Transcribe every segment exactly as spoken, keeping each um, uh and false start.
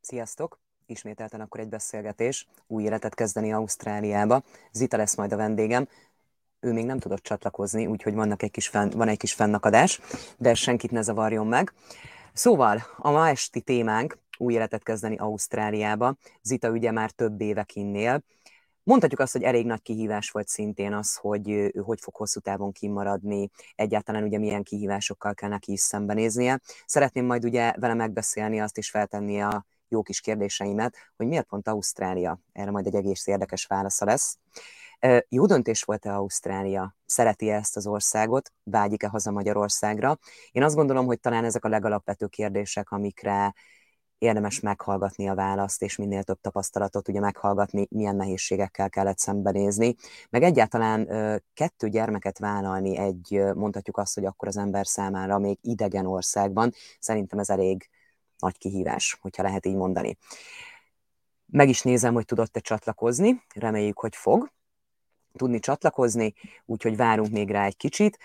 Sziasztok! Ismételten akkor egy beszélgetés, új életet kezdeni Ausztráliába. Zita lesz majd a vendégem. Ő még nem tudott csatlakozni, úgyhogy vannak egy kis fenn, van egy kis fennakadás, de senkit ne zavarjon meg. Szóval a ma esti témánk új életet kezdeni Ausztráliába. Zita ugye már több éve kinnél. Mondhatjuk azt, hogy elég nagy kihívás volt szintén az, hogy ő hogy fog hosszú távon kimaradni, egyáltalán ugye milyen kihívásokkal kell neki is szembenéznie. Szeretném majd ugye vele megbeszélni azt és feltenni a jó kis kérdéseimet, hogy miért pont Ausztrália? Erre majd egy egész érdekes válasza lesz. Jó döntés volt-e Ausztrália? Szereti-e ezt az országot? Vágyik-e haza Magyarországra? Én azt gondolom, hogy talán ezek a legalapvető kérdések, amikre érdemes meghallgatni a választ, és minél több tapasztalatot ugye meghallgatni, milyen nehézségekkel kellett szembenézni. Meg egyáltalán kettő gyermeket vállalni egy, mondhatjuk azt, hogy akkor az ember számára még idegen országban, szerintem ez elég nagy kihívás, hogyha lehet így mondani. Meg is nézem, hogy tudott-e csatlakozni, reméljük, hogy fog tudni csatlakozni, úgyhogy várunk még rá egy kicsit.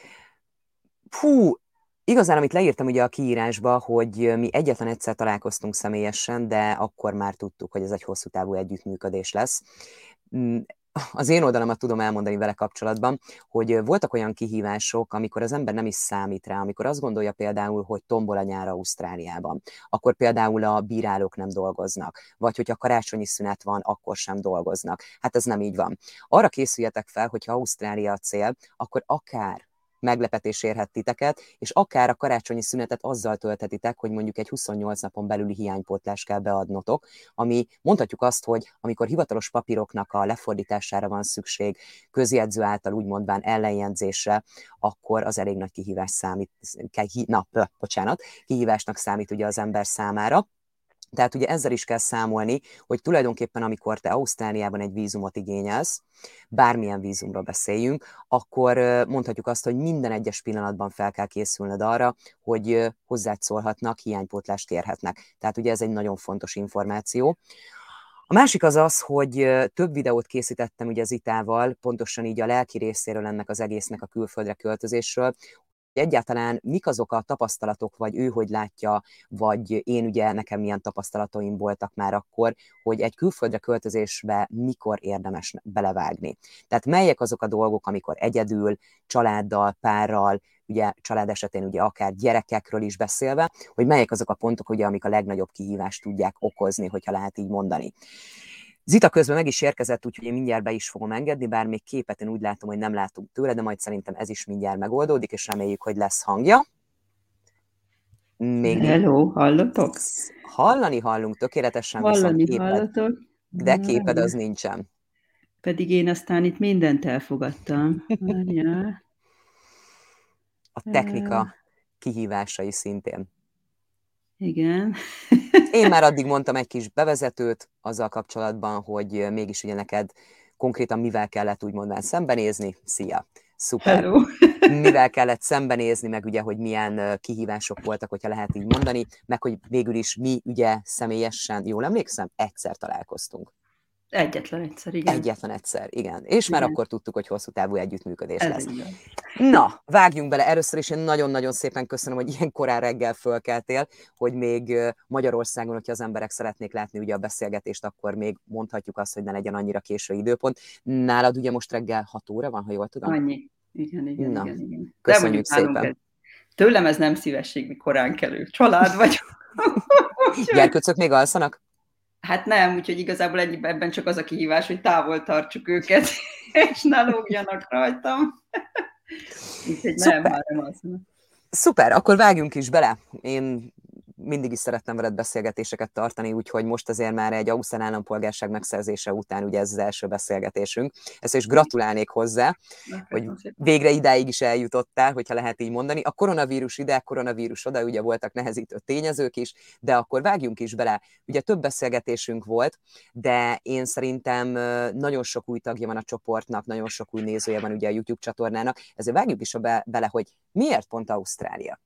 Fú, igazán, amit leírtam ugye a kiírásba, hogy mi egyetlen egyszer találkoztunk személyesen, de akkor már tudtuk, hogy ez egy hosszú távú együttműködés lesz. Az én oldalamat tudom elmondani vele kapcsolatban, hogy voltak olyan kihívások, amikor az ember nem is számít rá, amikor azt gondolja például, hogy tombol a nyár Ausztráliában, akkor például a bírálók nem dolgoznak, vagy hogyha karácsonyi szünet van, akkor sem dolgoznak. Hát ez nem így van. Arra készüljetek fel, hogyha Ausztrália a cél, akkor akár meglepetés érhet titeket, és akár a karácsonyi szünetet azzal tölthetitek, hogy mondjuk egy huszonnyolc napon belüli hiánypótlást kell beadnotok, ami mondhatjuk azt, hogy amikor hivatalos papíroknak a lefordítására van szükség, közjegyző által úgymondván ellenjegyzésre, akkor az elég nagy kihívás számít, na, bocsánat, kihívásnak számít ugye az ember számára. Tehát ugye ezzel is kell számolni, hogy tulajdonképpen amikor te Ausztráliában egy vízumot igényelsz, bármilyen vízumról beszéljünk, akkor mondhatjuk azt, hogy minden egyes pillanatban fel kell készülned arra, hogy hozzád szólhatnak, hiánypótlást kérhetnek. Tehát ugye ez egy nagyon fontos információ. A másik az az, hogy több videót készítettem ugye Zitával, pontosan így a lelki részéről ennek az egésznek a külföldre költözésről, egyáltalán mik azok a tapasztalatok, vagy ő hogy látja, vagy én ugye nekem milyen tapasztalataim voltak már akkor, hogy egy külföldre költözésbe mikor érdemes belevágni. Tehát melyek azok a dolgok, amikor egyedül, családdal, párral, ugye család esetén ugye akár gyerekekről is beszélve, hogy melyek azok a pontok, ugye, amik a legnagyobb kihívást tudják okozni, hogyha lehet így mondani. Zita közben meg is érkezett, úgyhogy én mindjárt be is fogom engedni, bár még képet én úgy látom, hogy nem látunk tőle, de majd szerintem ez is mindjárt megoldódik, és reméljük, hogy lesz hangja. Még Hello, hallotok? Hallani hallunk tökéletesen, Hallani viszont képed, hallatok? de képed az nincsen. Pedig én aztán itt mindent elfogadtam. Várjál. A technika kihívásai szintén. Igen. Én már addig mondtam egy kis bevezetőt azzal kapcsolatban, hogy mégis ugye neked konkrétan mivel kellett úgymondán szembenézni. Szia! Szuper! Hello. Mivel kellett szembenézni, meg ugye, hogy milyen kihívások voltak, hogyha lehet így mondani, meg hogy végül is mi ugye személyesen, jól emlékszem, egyszer találkoztunk. Egyetlen egyszer, igen. Egyetlen egyszer, igen. És igen. Már akkor tudtuk, hogy hosszú távú együttműködés Ez lesz. Igen. Na, vágjunk bele. Először is én nagyon-nagyon szépen köszönöm, hogy ilyen korán reggel fölkeltél, hogy még Magyarországon, hogyha az emberek szeretnék látni ugye a beszélgetést, akkor még mondhatjuk azt, hogy ne legyen annyira késő időpont. Nálad ugye most reggel hat óra van, ha jól tudom? Annyi. Igen, igen, Na, igen, igen. köszönjük szépen. Ez, tőlem ez nem szívesség, mi korán kelő család vagy. Gyerkőcök még alszanak? Hát nem, úgyhogy igazából ebben csak az a kihívás, hogy távol tartsuk őket, és ne lógjanak rajtam. Úgyhogy nem, már nem alszanak. Szuper, akkor vágjunk is bele. Én mindig is szerettem veled beszélgetéseket tartani, úgyhogy most azért már egy ausztrál állampolgárság megszerzése után ugye ez az első beszélgetésünk. Ezt is gratulálnék hozzá, hogy végre idáig is eljutottál, hogyha lehet így mondani. A koronavírus ide, a koronavírus oda, ugye voltak nehezítő tényezők is, de akkor vágjunk is bele. Ugye több beszélgetésünk volt, de én szerintem nagyon sok új tagja van a csoportnak, nagyon sok új nézője van ugye a YouTube csatornának, ezért vágjunk is be, bele, hogy miért pont Ausztrália?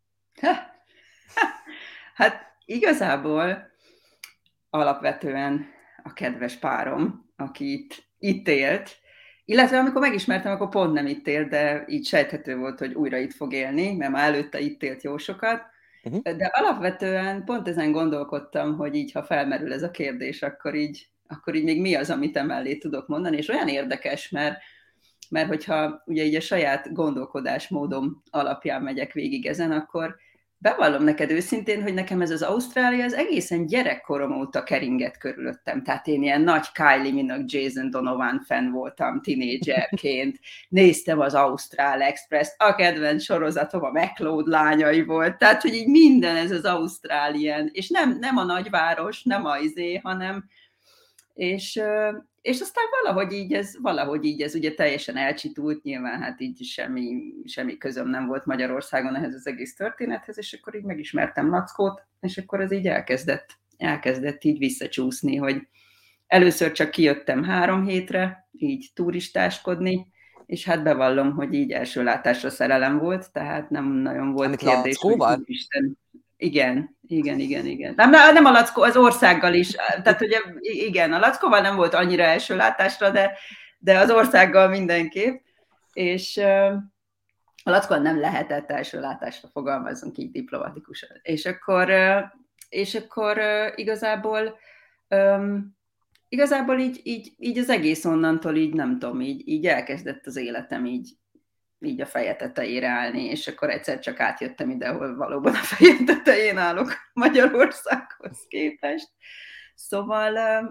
Hát igazából alapvetően a kedves párom, aki itt, itt élt, illetve amikor megismertem, akkor pont nem itt élt, de így sejthető volt, hogy újra itt fog élni, mert már előtte itt élt jó sokat, Uh-huh. De alapvetően pont ezen gondolkodtam, hogy így, ha felmerül ez a kérdés, akkor így, akkor így még mi az, amit emellé tudok mondani, és olyan érdekes, mert, mert hogyha ugye így a saját gondolkodásmódom alapján megyek végig ezen, akkor bevallom neked őszintén, hogy nekem ez az Ausztrália az egészen gyerekkorom óta keringett körülöttem. Tehát én ilyen nagy Kylie Minogue, Jason Donovan fan voltam tinédzserként. Néztem az Ausztrál Express-t, a kedvenc sorozatom a McLeod lányai volt. Tehát, hogy így minden ez az Ausztrálien. És nem, nem a nagyváros, nem a izé, hanem... És, és aztán valahogy így ez, valahogy így ez ugye teljesen elcsitult, nyilván hát így semmi, semmi közöm nem volt Magyarországon ehhez az egész történethez, és akkor így megismertem Lackót, és akkor ez így elkezdett, elkezdett így visszacsúszni, hogy először csak kijöttem három hétre, így turistáskodni, és hát bevallom, hogy így első látásra szerelem volt, tehát nem nagyon volt Amit kérdés, Lackóval? hogy Isten. Igen, igen, igen, igen. Nem, nem a Lackó, az országgal is. Tehát ugye igen, a Lackóval nem volt annyira első látásra, de, de az országgal mindenképp. És a Lackóval nem lehetett első látásra, fogalmazzunk így diplomatikusan. És akkor, és akkor igazából igazából így, így, így az egész onnantól így nem tudom, így, így elkezdett az életem így így a feje tetejére állni, és akkor egyszer csak átjöttem ide, ahol valóban a feje tetején állok Magyarországhoz képest. Szóval,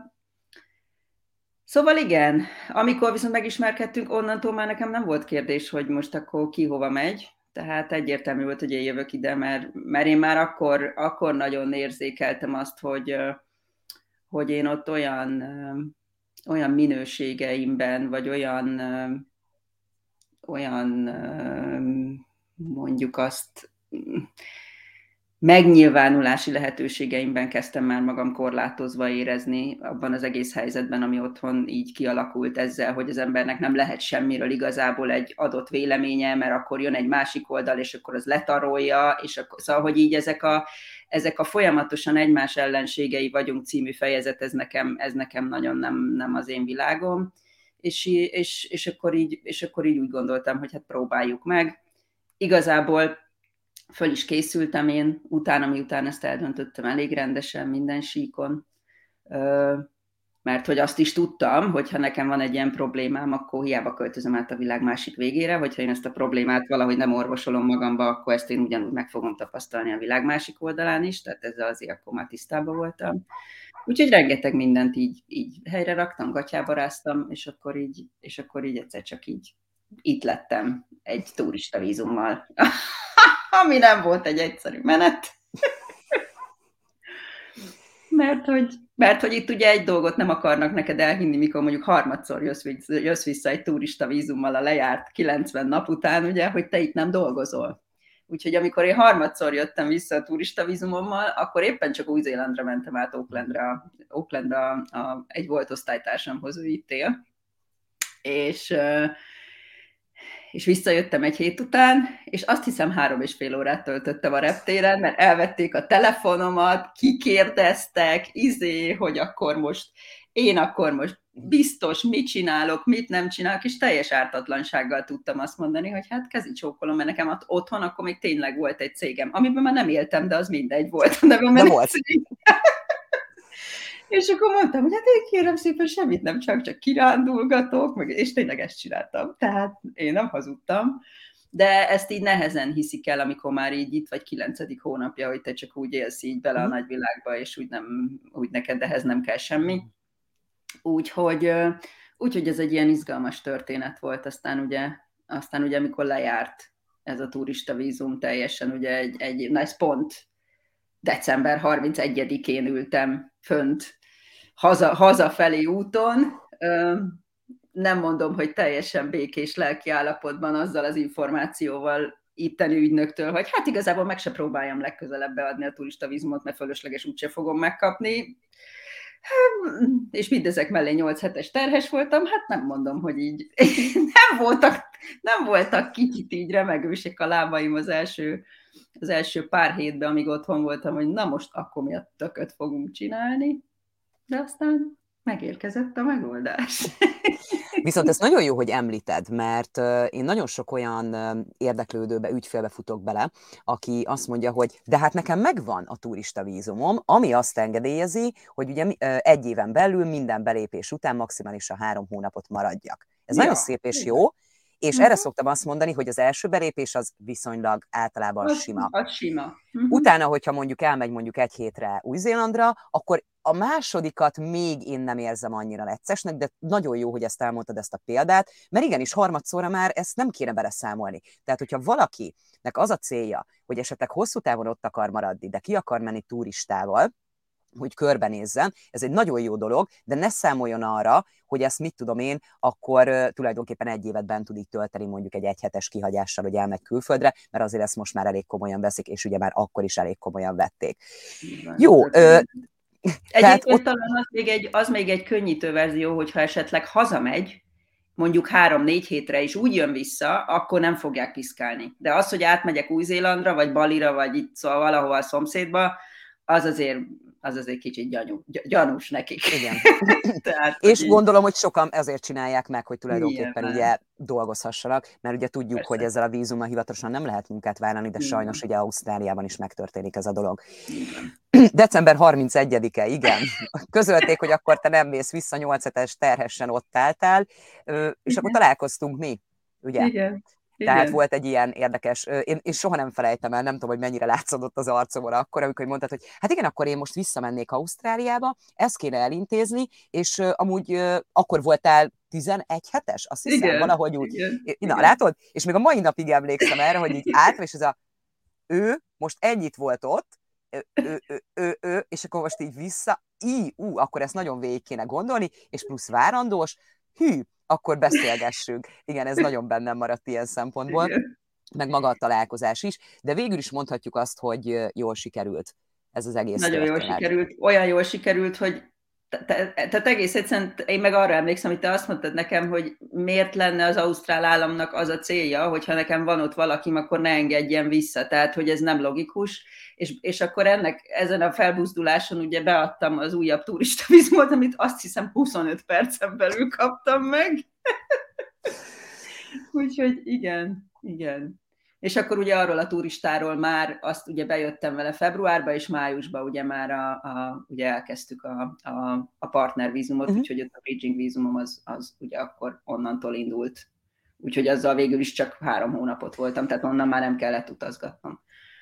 szóval igen, amikor viszont megismerkedtünk, onnantól már nekem nem volt kérdés, hogy most akkor ki hova megy, tehát egyértelmű volt, hogy én jövök ide, mert, mert én már akkor, akkor nagyon érzékeltem azt, hogy, hogy én ott olyan, olyan minőségeimben, vagy olyan olyan, mondjuk azt, megnyilvánulási lehetőségeimben kezdtem már magam korlátozva érezni abban az egész helyzetben, ami otthon így kialakult ezzel, hogy az embernek nem lehet semmiről igazából egy adott véleménye, mert akkor jön egy másik oldal, és akkor az letarolja, és akkor, szóval, hogy így ezek a, ezek a folyamatosan egymás ellenségei vagyunk című fejezet, ez nekem, ez nekem nagyon nem, nem az én világom. És, és, és, akkor így, és akkor így úgy gondoltam, hogy hát próbáljuk meg. Igazából föl is készültem én, utána, miután ezt eldöntöttem elég rendesen minden síkon, mert hogy azt is tudtam, hogy ha nekem van egy ilyen problémám, akkor hiába költözöm át a világ másik végére, hogyha én ezt a problémát valahogy nem orvosolom magamba, akkor ezt én ugyanúgy meg fogom tapasztalni a világ másik oldalán is, tehát ezzel azért akkor már tisztában voltam. Úgyhogy rengeteg mindent így, így helyre raktam, gatyába ráztam, és akkor így, és akkor így egyszer csak így itt lettem egy turista vízummal, ami nem volt egy egyszerű menet. mert, hogy, mert hogy itt ugye egy dolgot nem akarnak neked elhinni, mikor mondjuk harmadszor jössz, jössz vissza egy turista vízummal a lejárt kilencven nap után, ugye, hogy te itt nem dolgozol. Úgyhogy amikor én harmadszor jöttem vissza a turista vízumommal, akkor éppen csak Új-Zélandra mentem át Aucklandra, Aucklandra a, a, egy volt osztálytársamhoz, ő itt él. És, és visszajöttem egy hét után, és azt hiszem három és fél órát töltöttem a reptéren, mert elvették a telefonomat, kikérdeztek, izé, hogy akkor most én akkor most biztos, mit csinálok, mit nem csinálok, és teljes ártatlansággal tudtam azt mondani, hogy hát kezi csókolom, mert nekem otthon akkor még tényleg volt egy cégem, amiben már nem éltem, de az mindegy volt. A nevem, de volt. És akkor mondtam, hogy hát én kérem szépen semmit nem csak, csak kirándulgatok, meg, és tényleg ezt csináltam. Tehát én nem hazudtam. De ezt így nehezen hiszik el, amikor már így itt vagy kilencedik hónapja, hogy te csak úgy élsz így bele a nagyvilágba, és úgy, nem, úgy neked ehhez nem kell semmi. Úgyhogy, úgyhogy ez egy ilyen izgalmas történet volt, aztán ugye, aztán ugye amikor lejárt ez a turista vízum teljesen, ugye egy, egy na ez pont december harmincegyedikén ültem fönt haza, hazafelé úton, nem mondom, hogy teljesen békés lelki állapotban azzal az információval itteni ügynöktől, hogy hát igazából meg se próbáljam legközelebb beadni a turista vízumot, mert fölösleges úgyse fogom megkapni. És mindezek mellé nyolc hetes terhes voltam, hát nem mondom, hogy így nem voltak, nem voltak kicsit így remegősek a lábaim az első, az első pár hétben, amíg otthon voltam, hogy na most akkor mi a tököt fogunk csinálni, de aztán megérkezett a megoldás. Viszont ez nagyon jó, hogy említed, mert én nagyon sok olyan érdeklődőbe, ügyfélbe futok bele, aki azt mondja, hogy de hát nekem megvan a turista vízumom, ami azt engedélyezi, hogy ugye egy éven belül minden belépés után maximálisan három hónapot maradjak. Ez ja, nagyon szép és jó, és uh-huh. erre szoktam azt mondani, hogy az első belépés az viszonylag általában az, sima. Az sima. Uh-huh. Utána, hogyha mondjuk elmegy mondjuk egy hétre Új-Zélandra, akkor a másodikat még én nem érzem annyira neccesnek, de nagyon jó, hogy ezt elmondtad, ezt a példát, mert igenis harmadszorra már ezt nem kéne beleszámolni. Tehát, hogyha valakinek az a célja, hogy esetleg hosszú távon ott akar maradni, de ki akar menni turistával, hogy körbenézzen, ez egy nagyon jó dolog, de ne számoljon arra, hogy ezt mit tudom én, akkor uh, tulajdonképpen egy évet bent tud így tölteni mondjuk egy egyhetes kihagyással, hogy elmegy külföldre, mert azért ezt most már elég komolyan veszik, és ugye már akkor is elég komolyan vették. Igen, jó, uh, egyébként ott... talán az még, egy, az még egy könnyítő verzió, hogyha esetleg hazamegy, mondjuk három-négy hétre is úgy jön vissza, akkor nem fogják piszkálni. De az, hogy átmegyek Új-Zélandra, vagy Balira, vagy itt szóval valahol a szomszédba, az azért, az azért kicsit gyanú, gyanús nekik. Igen. Tehát, és így... gondolom, hogy sokan ezért csinálják meg, hogy tulajdonképpen igen, ugye dolgozhassanak, mert ugye tudjuk, persze, hogy ezzel a vízummal hivatalosan nem lehet munkát vállalni, de igen, sajnos ugye Ausztráliában is megtörténik ez a dolog. Igen. december harmincegyedike, igen. Közölték, hogy akkor te nem mész vissza, nyolc hetes terhessen ott álltál, és igen, akkor találkoztunk mi, ugye? Igen. Tehát igen, volt egy ilyen érdekes, én, én soha nem felejtem el, nem tudom, hogy mennyire látszódott az arcomon akkor, amikor mondtad, hogy hát igen, akkor én most visszamennék Ausztráliába, ezt kéne elintézni, és uh, amúgy uh, akkor voltál tizenegy hetes, azt hiszem, igen, valahogy úgy. Igen, Na, igen. látod? És még a mai napig emlékszem erre, hogy így állt, és ez a ő most ennyit volt ott, ő, ő, ő, ő, ő, és akkor most így vissza, í, ú, akkor ezt nagyon végig kéne gondolni, és plusz várandós, hű, akkor beszélgessünk. Igen, ez nagyon bennem maradt ilyen szempontból, igen, meg maga a találkozás is, de végül is mondhatjuk azt, hogy jól sikerült ez az egész Nagyon történet. jól sikerült, olyan jól sikerült, hogy tehát te, te egész egyszerűen, én meg arra emlékszem, hogy te azt mondtad nekem, hogy miért lenne az ausztrál államnak az a célja, hogyha nekem van ott valakim, akkor ne engedjen vissza, tehát hogy ez nem logikus, és, és akkor ennek, ezen a felbuzduláson ugye beadtam az újabb turista vízumot, amit azt hiszem huszonöt percen belül kaptam meg. Úgyhogy igen, igen. És akkor ugye arról a turistáról már azt ugye bejöttem vele februárba, és májusban ugye már a, a, ugye elkezdtük a, a, a partnervízumot, uh-huh, úgyhogy ott a bridging vízumom az, az ugye akkor onnantól indult. Úgyhogy azzal végül is csak három hónapot voltam, tehát onnan már nem kellett utazgatnom.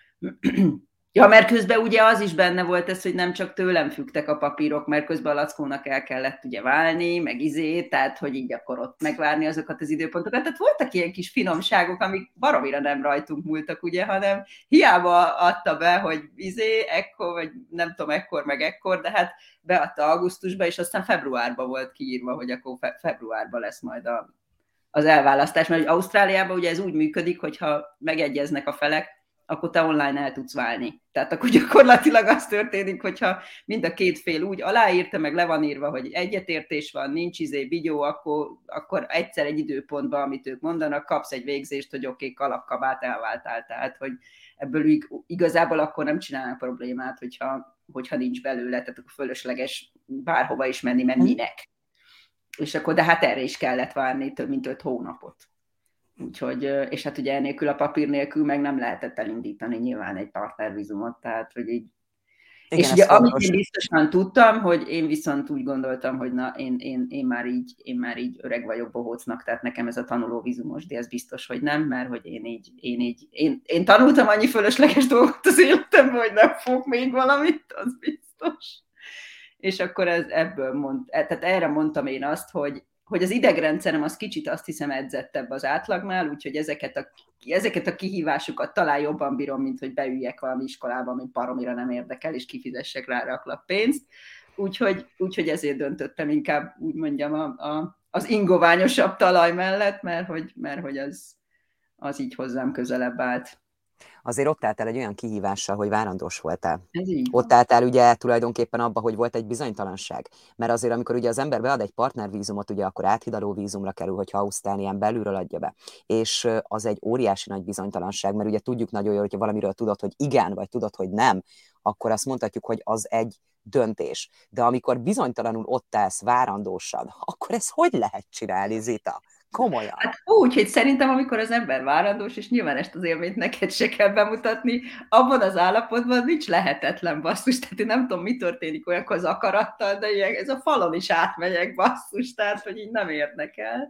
Ja, mert közben ugye az is benne volt ez, hogy nem csak tőlem függtek a papírok, mert közben a Lackónak el kellett ugye válni, meg izé, tehát hogy így akkor ott megvárni azokat az időpontokat. Tehát voltak ilyen kis finomságok, amik baromira nem rajtunk múltak, ugye, hanem hiába adta be, hogy izé, ekkor, vagy nem tudom, ekkor, meg ekkor, de hát beadta augusztusba, és aztán februárban volt kiírva, hogy akkor fe- februárban lesz majd a, az elválasztás, mert Ausztráliában ugye ez úgy működik, hogyha megegyeznek a felek, akkor te online el tudsz válni. Tehát akkor gyakorlatilag az történik, hogyha mind a két fél úgy aláírta, meg le van írva, hogy egyetértés van, nincs izé bigyó, akkor, akkor egyszer egy időpontban, amit ők mondanak, kapsz egy végzést, hogy oké, okay, kalapkabát elváltál. Tehát, hogy ebből igazából akkor nem csinálnak problémát, hogyha, hogyha nincs belőle, tehát akkor fölösleges bárhova is menni, mert minek. És akkor, de hát erre is kellett várni több mint öt hónapot. Úgyhogy, és hát ugye enélkül a papír nélkül meg nem lehetett elindítani nyilván egy partnervízumot, tehát hogy így. Igen, és ugye fontos. Amit én biztosan tudtam, hogy én viszont úgy gondoltam, hogy na, én, én, én, már így, én már így öreg vagyok bohócnak, tehát nekem ez a tanulóvízumos, de ez biztos, hogy nem, mert hogy én így, én így, én, én tanultam annyi fölösleges dolgot az életemben, hogy nem fogok még valamit, az biztos. És akkor ez ebből mond, tehát erre mondtam én azt, hogy hogy az idegrendszerem az kicsit azt hiszem edzettebb az átlagnál, úgyhogy ezeket a, ezeket a kihívásokat talán jobban bírom, mint hogy beüljek valami iskolába, ami paromira nem érdekel, és kifizessek rá raklap pénzt. Úgyhogy, úgyhogy ezért döntöttem inkább, úgy mondjam, a, a, az ingoványosabb talaj mellett, mert hogy, mert hogy az, az így hozzám közelebb állt. Azért ott álltál egy olyan kihívással, hogy várandós voltál. Ez így Ott van. álltál ugye tulajdonképpen abba, hogy volt egy bizonytalanság. Mert azért, amikor ugye az ember bead egy partnervízumot, ugye akkor áthidaló vízumra kerül, hogyha Ausztrálián belülről adja be. És az egy óriási nagy bizonytalanság, mert ugye tudjuk nagyon jól, hogyha valamiről tudod, hogy igen, vagy tudod, hogy nem, akkor azt mondhatjuk, hogy az egy döntés. De amikor bizonytalanul ott állsz várandósan, akkor ezt hogy lehet csinálni, Zita? Komolyan. Hát úgy, hogy szerintem, amikor az ember várandós, és nyilván ezt az élményt neked se kell bemutatni, abban az állapotban nincs lehetetlen basszus, tehát én nem tudom, mi történik olyankor az akarattal, de ilyen, ez a falon is átmegyek basszus, tehát hogy így nem érdekel.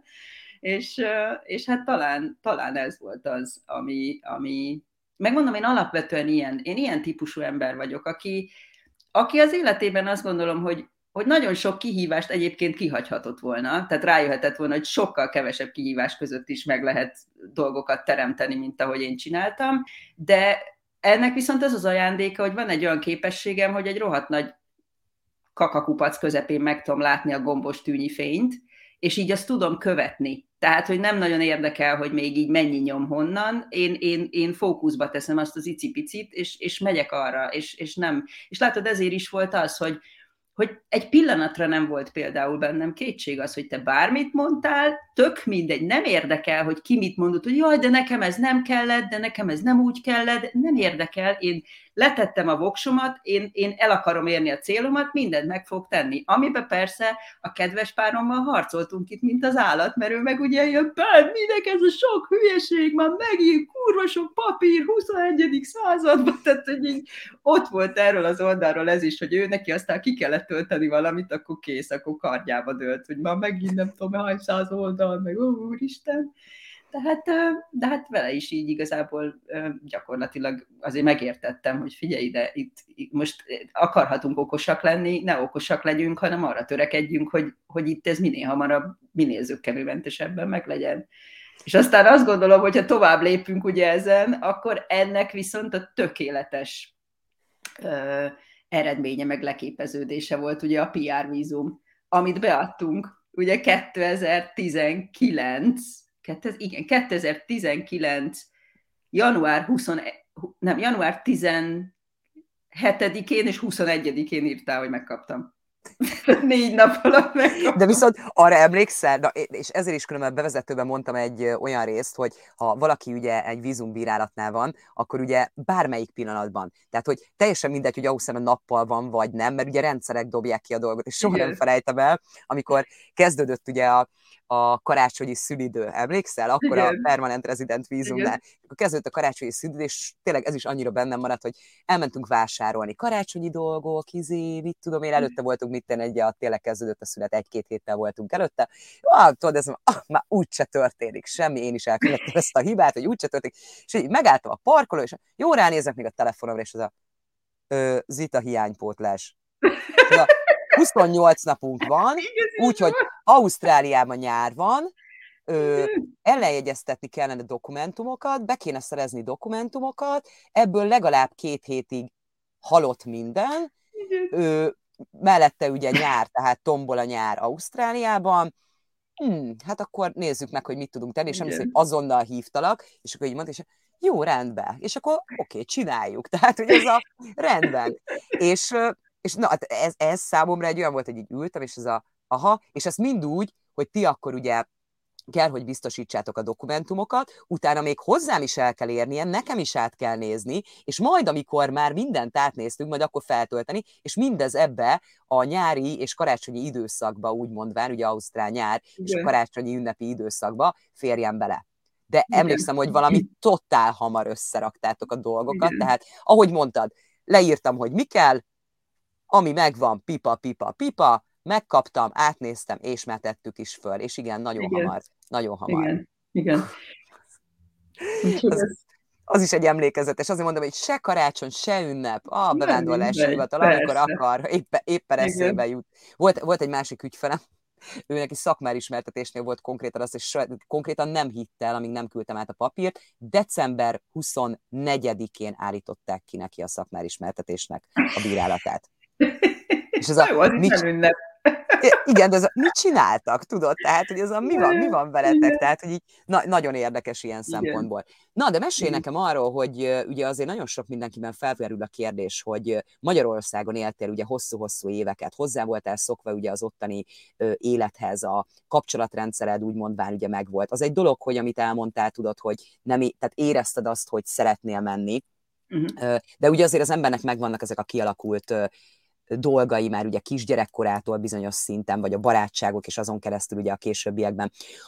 És, és hát talán, talán ez volt az, ami, ami... Megmondom, én alapvetően ilyen, én ilyen típusú ember vagyok, aki, aki az életében azt gondolom, hogy hogy nagyon sok kihívást egyébként kihagyhatott volna, tehát rájöhetett volna, hogy sokkal kevesebb kihívás között is meg lehet dolgokat teremteni, mint ahogy én csináltam, de ennek viszont ez az ajándéka, hogy van egy olyan képességem, hogy egy rohadt nagy kakakupac közepén meg tudom látni a gombos tűnyi fényt, és így azt tudom követni. Tehát, hogy nem nagyon érdekel, hogy még így mennyi nyom honnan, én, én, én fókuszba teszem azt az icipicit, és, és megyek arra, és, és nem. És látod, ezért is volt az, hogy hogy egy pillanatra nem volt például bennem kétség az, hogy te bármit mondtál, tök mindegy, nem érdekel, hogy ki mit mondott, hogy jaj, de nekem ez nem kellett, de nekem ez nem úgy kellett, nem érdekel, én letettem a voksomat, én, én el akarom érni a célomat, mindent meg fog tenni. Amiben persze a kedves párommal harcoltunk itt, mint az állat, mert ő meg ugye jön, minek ez a sok hülyeség, már megint kurva sok papír, huszonegyedik században, tehát hogy így ott volt erről az oldalról ez is, hogy ő neki aztán ki kellett tölteni valamit, akkor kész, akkor kardjába dőlt, hogy már megint nem tudom, hány száz oldal, meg ó, úristen. Tehát, de hát vele is így igazából gyakorlatilag azért megértettem, hogy figyelj ide, itt, itt most akarhatunk okosak lenni, ne okosak legyünk, hanem arra törekedjünk, hogy, hogy itt ez minél hamarabb, minél zökkenőmentesebben meglegyen. És aztán azt gondolom, hogy ha tovább lépünk ugye ezen, akkor ennek viszont a tökéletes ö, eredménye meg leképeződése volt ugye a pé er vízum, amit beadtunk ugye kétezer-tizenkilenc, igen, kétezer-tizenkilenc január huszonegy, nem, január tizenhetedikén és huszonegyedikén írtál, hogy megkaptam. Négy nap alatt megkaptam. De viszont arra emlékszel, na, és ezért is különben bevezetőben mondtam egy olyan részt, hogy ha valaki ugye egy vízumbírálatnál van, akkor ugye bármelyik pillanatban, tehát hogy teljesen mindegy, hogy Ausztráliában nappal van, vagy nem, mert ugye rendszerek dobják ki a dolgot, és soha Igen. nem felejtem el, amikor kezdődött ugye a, a karácsonyi szünidő, emlékszel? Akkor Igen. a permanent resident vízumnál. Akkor kezdődött a karácsonyi szünidő, és tényleg ez is annyira bennem maradt, hogy elmentünk vásárolni karácsonyi dolgok, izé, mit tudom én, előtte voltunk mit tenni, egy, a tényleg kezdődött a szület, egy-két héttel voltunk előtte. Ah, tudod, ez ah, már úgyse történik semmi, én is elkövettem ezt a hibát, hogy úgyse történik. És így megálltam a parkoló, és jó, ránézek még a telefonomra, és az a ö, Zita hiánypótlás. A huszonnyolc napunk van, úgyhogy Ausztráliában nyár van, ö, ellenjegyeztetni kellene dokumentumokat, be kéne szerezni dokumentumokat, ebből legalább két hétig halott minden, ö, mellette ugye nyár, tehát tombol a nyár Ausztráliában, hmm, hát akkor nézzük meg, hogy mit tudunk tenni, és emlékszem, hogy azonnal hívtalak, és akkor így mondta, és jó, rendben, és akkor oké, okay, csináljuk, tehát hogy ez a rendben, és, és na, ez, ez számomra egy olyan volt, hogy így ültem, és ez a, aha, és ez mind úgy, hogy ti akkor ugye kell, hogy biztosítsátok a dokumentumokat, utána még hozzám is el kell érnie, nekem is át kell nézni, és majd, amikor már mindent átnéztünk, majd akkor feltölteni, és mindez ebbe a nyári és karácsonyi időszakba, úgy mondván, ugye ausztrál nyár Igen. és a karácsonyi ünnepi időszakba férjen bele. De Igen. emlékszem, hogy valami totál hamar összeraktátok a dolgokat, Igen. tehát ahogy mondtad, leírtam, hogy mi kell, ami megvan, pipa, pipa, pipa, megkaptam, átnéztem, és már tettük is föl. És igen, nagyon igen. hamar. Nagyon hamar. Igen, igen. Az, az is egy emlékezetes. Azért mondom, hogy se karácsony, se ünnep, a bevándorlási hivatal, amikor akar, éppen, éppen eszébe jut. Volt, volt egy másik ügyfelem, ő neki szakmárismertetésnél volt konkrétan azt, és konkrétan nem hitt el, amíg nem küldtem át a papírt. december huszonnegyedikén állították ki neki a szakmárismertetésnek a bírálatát. És ez a, jó, az mit, nem ünnep. Igen, de ez a, mit csináltak, tudod? Tehát, hogy ez a mi van, mi van veletek? Tehát, hogy így na, nagyon érdekes ilyen Igen. szempontból. Na, de mesélj Igen. nekem arról, hogy uh, ugye azért nagyon sok mindenkiben felmerül a kérdés, hogy uh, Magyarországon éltél ugye hosszú-hosszú éveket, hozzá voltál szokva ugye az ottani uh, élethez, a kapcsolatrendszered úgy mondván ugye megvolt. Az egy dolog, hogy amit elmondtál, tudod, hogy nem, tehát érezted azt, hogy szeretnél menni, Uh-huh. uh, de ugye azért az embernek megvannak ezek a kialakult uh, dolgai már ugye kisgyerekkorától bizonyos szinten, vagy a barátságok, és azon keresztül ugye a későbbiekben.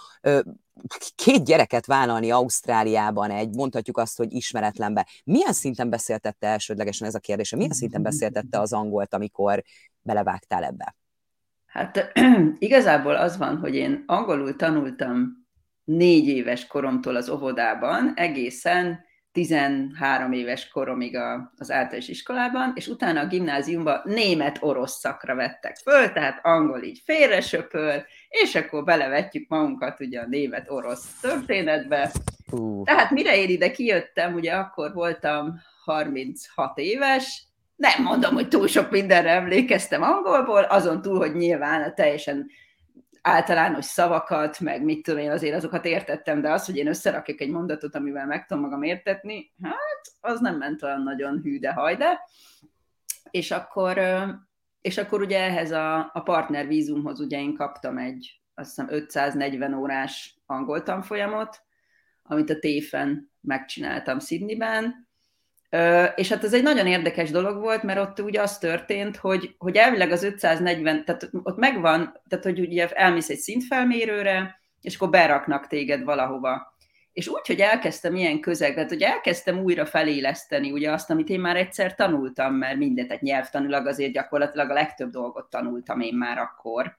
Két gyereket vállalni Ausztráliában egy, mondhatjuk azt, hogy ismeretlenbe. Milyen szinten beszéltette elsődlegesen ez a kérdés? Milyen szinten beszéltette az angolt, amikor belevágtál ebbe? Hát igazából az van, hogy én angolul tanultam négy éves koromtól az óvodában, egészen tizenhárom éves koromig a, az általános iskolában, és utána a gimnáziumban német-orosz szakra vettek föl, tehát angol így félresöpöl, és akkor belevetjük magunkat ugye a német-orosz történetbe. Uh. Tehát mire én ide kijöttem, ugye akkor voltam harminchat éves, nem mondom, hogy túl sok mindenre emlékeztem angolból, azon túl, hogy nyilván a teljesen általános szavakat, meg mit tudom én, azért azokat értettem, de az, hogy én összerakjak egy mondatot, amivel meg tudom magam értetni, hát az nem ment olyan nagyon hű de hajde. És akkor, és akkor ugye ehhez a, a partnervízumhoz ugye én kaptam egy, azt hiszem ötszáznegyven órás angol tanfolyamot, amit a téfen megcsináltam Sydneyben, és hát ez egy nagyon érdekes dolog volt, mert ott ugye az történt, hogy, hogy elvileg az ötszáznegyven, tehát ott megvan, tehát hogy ugye elmész egy szintfelmérőre, és akkor beraknak téged valahova. És úgy, hogy elkezdtem ilyen közegben, hogy elkezdtem újra feléleszteni ugye azt, amit én már egyszer tanultam, mert mindent, egy nyelvtanulag azért gyakorlatilag a legtöbb dolgot tanultam én már akkor.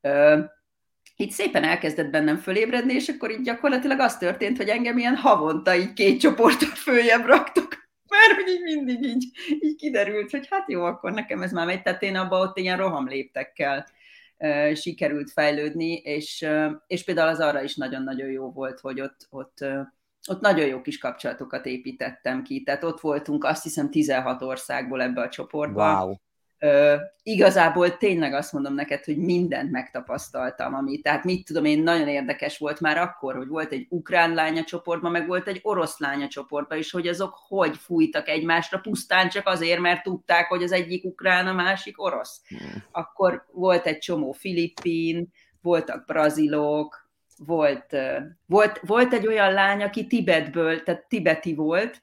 Itt szépen elkezdett bennem fölébredni, és akkor így gyakorlatilag az történt, hogy engem ilyen havonta így két csoportot följebb raktak, mert hogy így mindig így, így kiderült, hogy hát jó, akkor nekem ez már megy, tehát én abban ott ilyen rohamléptekkel uh, sikerült fejlődni, és, uh, és például az arra is nagyon-nagyon jó volt, hogy ott, ott, uh, ott nagyon jó kis kapcsolatokat építettem ki, tehát ott voltunk azt hiszem tizenhat országból ebbe a csoportba. Wow. Uh, igazából tényleg azt mondom neked, hogy mindent megtapasztaltam, ami, tehát mit tudom én, nagyon érdekes volt már akkor, hogy volt egy ukrán lánya csoportban, meg volt egy orosz lánya csoportban, és hogy azok hogy fújtak egymásra pusztán csak azért, mert tudták, hogy az egyik ukrán, a másik orosz. Hmm. Akkor volt egy csomó filippin, voltak brazilok, volt, uh, volt, volt egy olyan lány, aki Tibetből, tehát tibeti volt,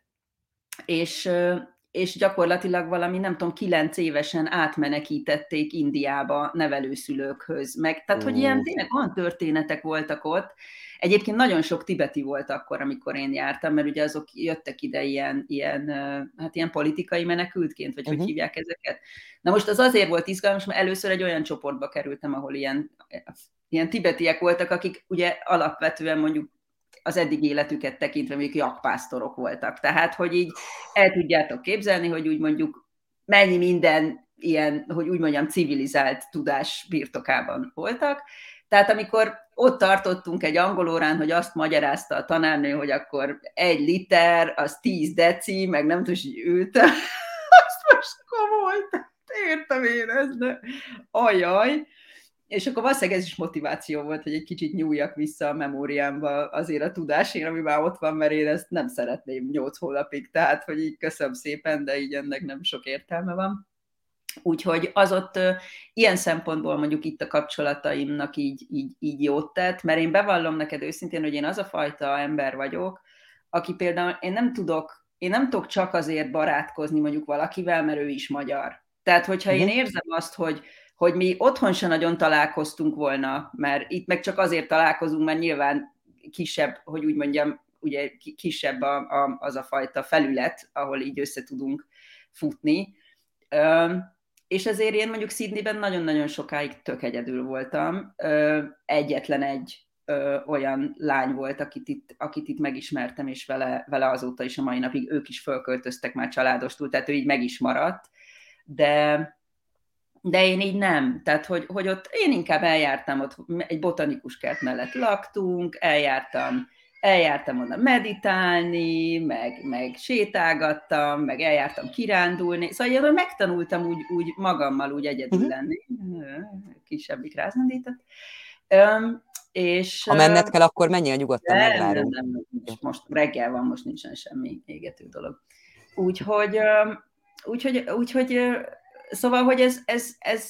és uh, és gyakorlatilag valami, nem tudom, kilenc évesen átmenekítették Indiába nevelőszülőkhöz. Meg, tehát, hogy ilyen tényleg olyan történetek voltak ott. Egyébként nagyon sok tibeti volt akkor, amikor én jártam, mert ugye azok jöttek ide ilyen, ilyen, hát ilyen politikai menekültként, vagy uh-huh. hogy hívják ezeket. Na most az azért volt izgalmas, mert először egy olyan csoportba kerültem, ahol ilyen, ilyen tibetiek voltak, akik ugye alapvetően mondjuk az eddig életüket tekintve mondjuk jakpásztorok voltak. Tehát, hogy így el tudjátok képzelni, hogy úgy mondjuk mennyi minden ilyen, hogy úgy mondjam, civilizált tudás birtokában voltak. Tehát amikor ott tartottunk egy angol órán, hogy azt magyarázta a tanárnő, hogy akkor egy liter, az tíz deci, meg nem tudom, hogy ült. Azt most komoly, értem én ezt, de ajaj. És akkor valószínűleg ez is motiváció volt, hogy egy kicsit nyúljak vissza a memóriámba azért a tudásért, ami már ott van, mert én ezt nem szeretném nyolc hónapig, tehát, hogy így köszönöm szépen, de így ennek nem sok értelme van. Úgyhogy az ott ilyen szempontból mondjuk itt a kapcsolataimnak így, így, így jót tett, mert én bevallom neked őszintén, hogy én az a fajta ember vagyok, aki például, én nem tudok, én nem tudok csak azért barátkozni mondjuk valakivel, mert ő is magyar. Tehát, hogyha uh-huh. én érzem azt, hogy hogy mi otthon se nagyon találkoztunk volna, mert itt meg csak azért találkozunk, mert nyilván kisebb, hogy úgy mondjam, ugye kisebb a, a, az a fajta felület, ahol így össze tudunk futni. Ö, és ezért én mondjuk Sydneyben nagyon-nagyon sokáig tök egyedül voltam. Ö, egyetlen egy ö, olyan lány volt, akit itt, akit itt megismertem, és vele, vele azóta is a mai napig ők is fölköltöztek már családostul, tehát ő így meg is maradt. De De én így nem. Tehát, hogy, hogy ott én inkább eljártam, ott egy botanikus kert mellett laktunk, eljártam eljártam oda meditálni, meg, meg sétálgattam, meg eljártam kirándulni, szóval én megtanultam úgy, úgy magammal úgy egyedül uh-huh. lenni, kisebbik rázendített. Um, és, ha menned kell, akkor menjél nyugodtan, nem, megvárunk. Nem, nem, most, most reggel van, most nincsen semmi égető dolog. Úgyhogy, úgyhogy, úgyhogy szóval, hogy ez, ez, ez,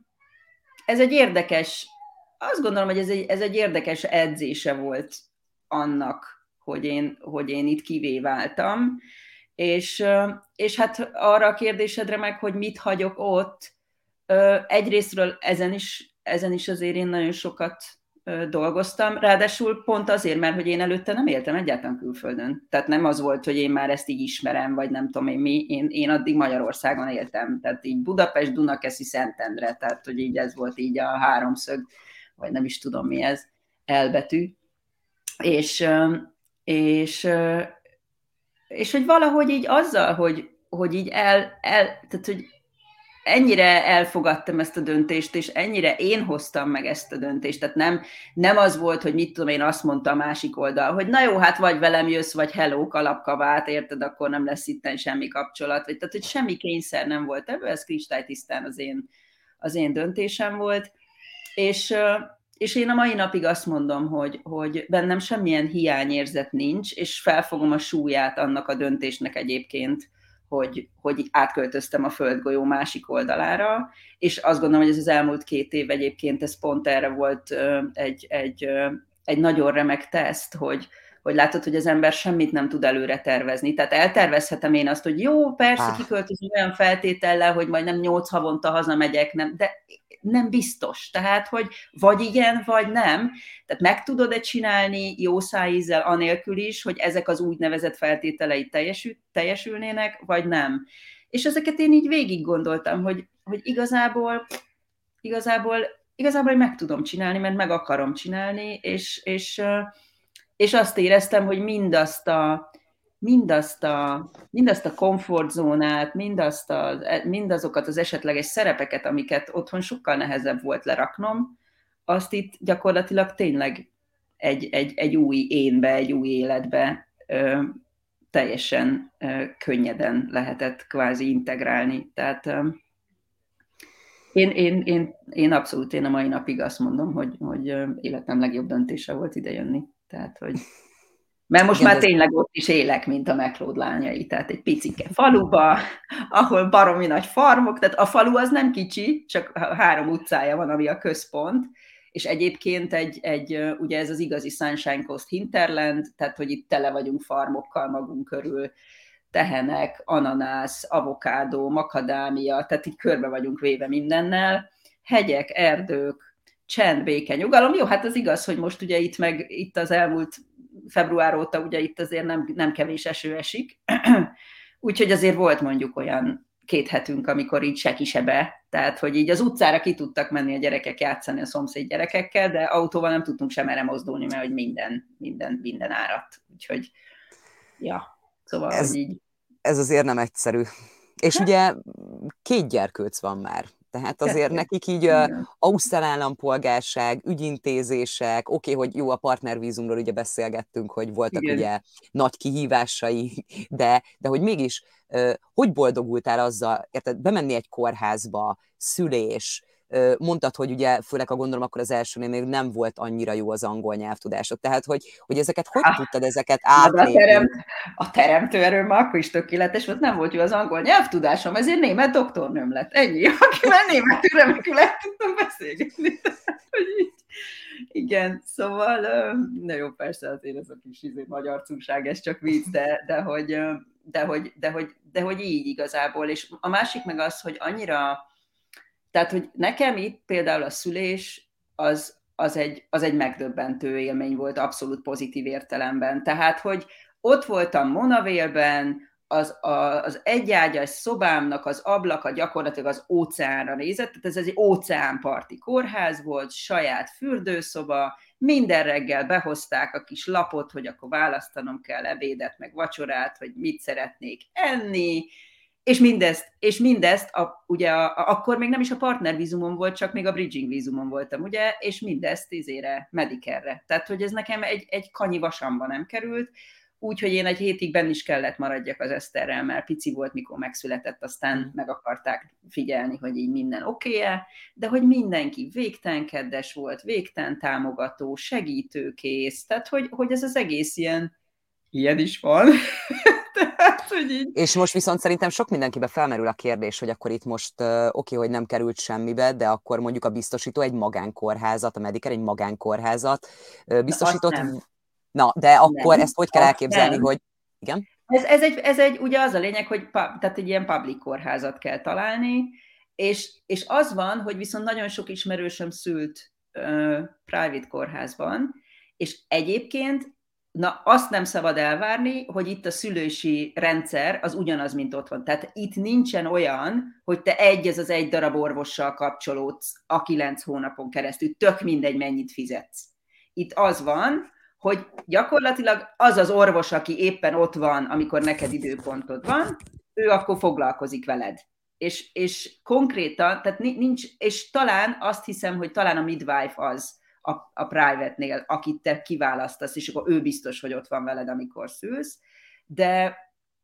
ez egy érdekes, azt gondolom, hogy ez egy, ez egy érdekes edzése volt annak, hogy én, hogy én itt kivé váltam, és, és hát arra a kérdésedre meg, hogy mit hagyok ott, egyrésztről ezen is, ezen is azért én nagyon sokat dolgoztam, ráadásul pont azért, mert hogy én előtte nem éltem egyáltalán külföldön. Tehát nem az volt, hogy én már ezt így ismerem, vagy nem tudom én mi, én, én addig Magyarországon éltem. Tehát így Budapest, Dunakeszi, Szentendre, tehát hogy így ez volt így a háromszög, vagy nem is tudom mi ez, elbetű. És, és, és hogy valahogy így azzal, hogy, hogy így el, el tehát hogy ennyire elfogadtam ezt a döntést, és ennyire én hoztam meg ezt a döntést, tehát nem, nem az volt, hogy mit tudom én, azt mondta a másik oldal, hogy na jó, hát vagy velem jössz, vagy hello, kalapkabát, érted, akkor nem lesz itten semmi kapcsolat, vagy, tehát hogy semmi kényszer nem volt ebből, ez kristálytisztán az én, az én döntésem volt, és, és én a mai napig azt mondom, hogy, hogy bennem semmilyen hiányérzet nincs, és felfogom a súlyát annak a döntésnek egyébként, Hogy, hogy átköltöztem a földgolyó másik oldalára, és azt gondolom, hogy ez az elmúlt két év egyébként, ez pont erre volt egy, egy, egy nagyon remek teszt, hogy, hogy látod, hogy az ember semmit nem tud előre tervezni. Tehát eltervezhetem én azt, hogy jó, persze ah. kiköltözöm olyan feltétellel, hogy majd nem nyolc havonta hazamegyek, nem, de nem biztos. Tehát, hogy vagy igen, vagy nem. Tehát meg tudod-e csinálni jó szájízzel anélkül is, hogy ezek az úgynevezett feltételei teljesül, teljesülnének, vagy nem. És ezeket én így végig gondoltam, hogy, hogy igazából, igazából, igazából meg tudom csinálni, mert meg akarom csinálni, és, és, és azt éreztem, hogy mindazt a mindazt a, mindazt a komfortzónát, mindazt a, mindazokat az esetleges szerepeket, amiket otthon sokkal nehezebb volt leraknom, azt itt gyakorlatilag tényleg egy, egy, egy új énbe, egy új életbe ö, teljesen ö, könnyeden lehetett kvázi integrálni. Tehát ö, én, én, én, én abszolút én a mai napig azt mondom, hogy, hogy életem legjobb döntése volt idejönni. Tehát, hogy mert most igen, már tényleg ott is élek, mint a McLeod lányai, tehát egy picike faluba, ahol baromi nagy farmok, tehát a falu az nem kicsi, csak három utcája van, ami a központ, és egyébként egy, egy ugye ez az igazi Sunshine Coast hinterland, tehát hogy itt tele vagyunk farmokkal magunk körül, tehenek, ananász, avokádó, makadámia, tehát így körbe vagyunk véve mindennel, hegyek, erdők, csend, béke, nyugalom. Jó, hát az igaz, hogy most ugye itt meg itt az elmúlt február óta ugye itt azért nem, nem kevés eső esik, úgyhogy azért volt mondjuk olyan két hetünk, amikor így se ki se be, tehát hogy így az utcára ki tudtak menni a gyerekek játszani a szomszéd gyerekekkel, de autóval nem tudtunk sem erre mozdulni, mert hogy minden, minden, minden áradt. Úgyhogy, ja, szóval, ez, hogy így. Ez azért nem egyszerű. És hát? Ugye két gyerkőc van már. Tehát azért nekik így uh, ausztrál állampolgárság, ügyintézések, oké, okay, hogy jó, a partnervízumról ugye beszélgettünk, hogy voltak igen. ugye nagy kihívásai, de, de hogy mégis uh, hogy boldogultál azzal, érted, bemenni egy kórházba, szülés, uh, mondtad, hogy ugye főleg, ha gondolom, akkor az elsőnél még nem volt annyira jó az angol nyelvtudásod, tehát hogy, hogy ezeket hogy ah, tudtad ezeket átlépni? A, terem, a teremtő erőm akkor is tökéletes volt, nem volt jó az angol nyelvtudásom, ezért német doktornőm lett. Ennyi, akivel németül remekül el tudtam beszélgetni. Igen, szóval, na jó, persze azért ez a kis izé, magyar cúság, ez csak vicc, de, de, hogy, de, hogy, de, hogy, de hogy így igazából. És a másik meg az, hogy annyira, tehát, hogy nekem itt például a szülés az, az, egy, az egy megdöbbentő élmény volt, abszolút pozitív értelemben. Tehát, hogy ott voltam Monavale-ben, az, a, az egyágyas szobámnak az ablaka gyakorlatilag az óceánra nézett, tehát ez egy óceánparti kórház volt, saját fürdőszoba, minden reggel behozták a kis lapot, hogy akkor választanom kell ebédet, meg vacsorát, hogy mit szeretnék enni, És mindezt, és mindezt a, ugye a, a, akkor még nem is a partnervízumon volt, csak még a bridging vízumon voltam, ugye, és mindezt izére, Medicare-re. Tehát, hogy ez nekem egy, egy kanyi vasamba nem került, úgyhogy én egy hétig benn is kellett maradjak az Eszterrel, mert pici volt, mikor megszületett, aztán mm. meg akarták figyelni, hogy így minden oké-e, de hogy mindenki végtelen kedves volt, végtelen támogató, segítőkész, tehát hogy, hogy ez az egész ilyen, ilyen is van. Tehát, hogy így... És most viszont szerintem sok mindenkibe felmerül a kérdés, hogy akkor itt most uh, oké, okay, hogy nem került semmibe, de akkor mondjuk a biztosító egy magánkórházat, a Medicare egy magánkórházat uh, biztosított. Na, de akkor nem. Ezt hogy kell elképzelni, nem. Hogy... Igen? Ez, ez, egy, ez egy, ugye az a lényeg, hogy pa, tehát egy ilyen public kórházat kell találni, és, és az van, hogy viszont nagyon sok ismerősöm szült uh, private kórházban, és egyébként na, azt nem szabad elvárni, hogy itt a szülősi rendszer az ugyanaz, mint ott van. Tehát itt nincsen olyan, hogy te egy ez az egy darab orvossal kapcsolódsz a kilenc hónapon keresztül, tök mindegy, mennyit fizetsz. Itt az van, hogy gyakorlatilag az az orvos, aki éppen ott van, amikor neked időpontod van, ő akkor foglalkozik veled. És, és konkrétan, tehát nincs, és talán azt hiszem, hogy talán a midwife az, a, a private-nél, akit te kiválasztasz, és akkor ő biztos, hogy ott van veled, amikor szülsz, de,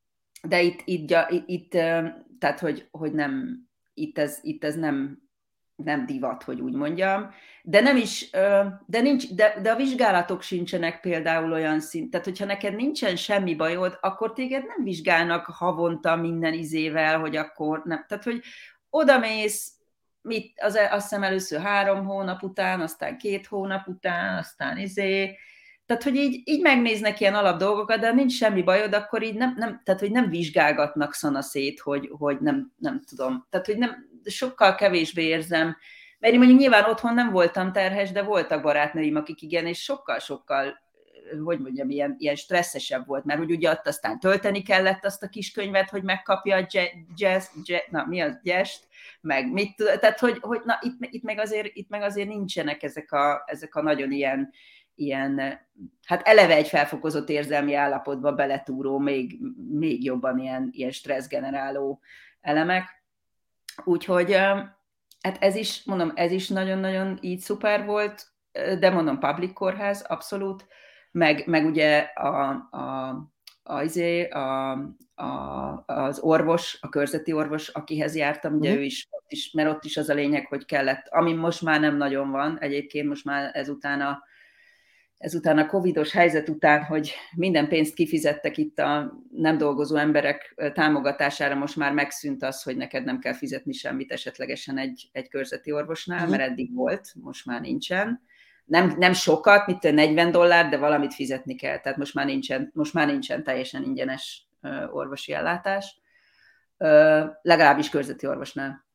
de itt, itt, itt, itt tehát, hogy, hogy nem, itt ez, itt ez nem, nem divat, hogy úgy mondjam, de nem is, de, nincs, de, de a vizsgálatok sincsenek például olyan szint, tehát hogyha neked nincsen semmi bajod, akkor téged nem vizsgálnak havonta minden izével, hogy akkor nem, tehát, hogy odamész, mit, az, azt hiszem először három hónap után, aztán két hónap után, aztán izé, tehát, hogy így, így megnéznek ilyen alap dolgokat, de nincs semmi bajod, akkor így nem, nem tehát, hogy nem vizsgálgatnak szanaszét, hogy, hogy nem, nem tudom, tehát, hogy nem, sokkal kevésbé érzem, mert én mondjuk nyilván otthon nem voltam terhes, de voltak barátnőim, akik igen, és sokkal-sokkal, hogy mondjam, ilyen, ilyen stresszesebb volt, mert hogy ugye ott aztán tölteni kellett azt a kis könyvet, hogy megkapja a jazz, jazz na mi az, jazz-t, meg mit, tehát hogy, hogy na, itt, itt, meg azért, itt meg azért nincsenek ezek a, ezek a nagyon ilyen, ilyen, hát eleve egy felfokozott érzelmi állapotba beletúró, még, még jobban ilyen, ilyen stresszgeneráló elemek. Úgyhogy hát ez is, mondom, ez is nagyon-nagyon így szuper volt, de mondom, public kórház, abszolút, meg, meg ugye a, a, a, a, a, az orvos, a körzeti orvos, akihez jártam, ugye mm. ő is, ott is, mert ott is az a lényeg, hogy kellett, ami most már nem nagyon van, egyébként most már ezután a ezután a covidos helyzet után, hogy minden pénzt kifizettek itt a nem dolgozó emberek támogatására, most már megszűnt az, hogy neked nem kell fizetni semmit esetlegesen egy, egy körzeti orvosnál, uh-huh. mert eddig volt, most már nincsen. Nem, nem sokat, mint negyven dollár, de valamit fizetni kell, tehát most már nincsen, most már nincsen teljesen ingyenes uh, orvosi ellátás, uh, legalábbis körzeti orvosnál.